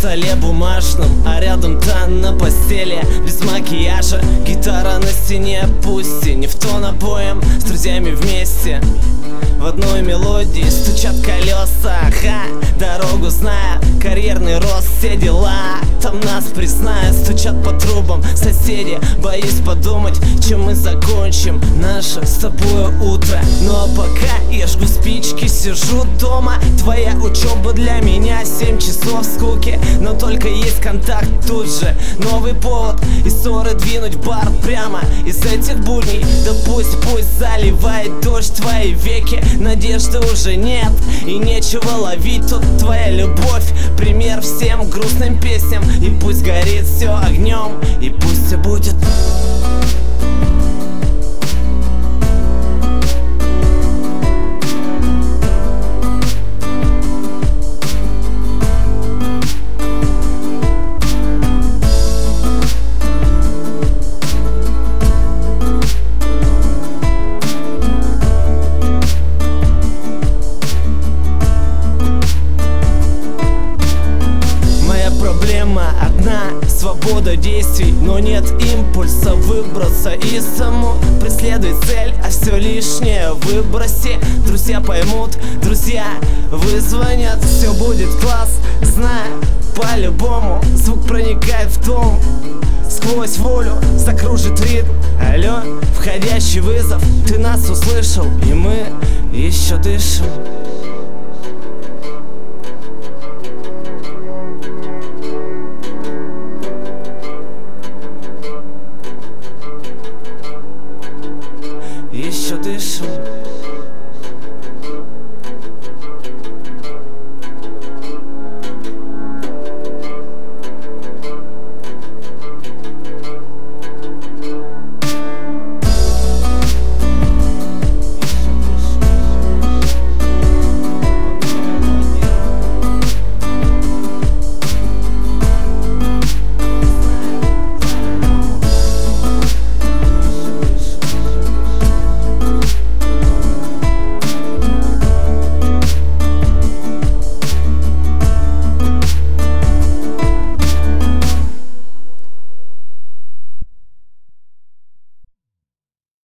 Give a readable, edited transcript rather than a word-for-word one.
столе бумажном, а рядом-то на постели без макияжа. Гитара на стене, пусть и не в тон обоим, с друзьями вместе в одной мелодии стучат колеса. Дорогу зная, карьерный рост, все дела. Там нас признают, стучат по трубам соседи. Боюсь подумать, чем мы закончим наше с тобой утро. Ну а пока я жгу спички, сижу дома. Твоя учеба для меня 7 часов скуки. Но только есть контакт тут же, новый повод и ссоры двинуть в бар прямо из этих будней. Да пусть заливает дождь твои веки. Надежды уже нет и нечего ловить. Тут твоя любовь, пример всем грустным песням. И пусть горит все огнем, и пусть все будет. Одна свобода действий, но нет импульса выбраться из саму. Преследуй цель, а все лишнее выброси. Друзья поймут, друзья вызвонят. Все будет класс, знаю, по-любому. Звук проникает в дом, сквозь волю закружит ритм. Алло, входящий вызов, ты нас услышал, и мы еще дышим. Еще дышим.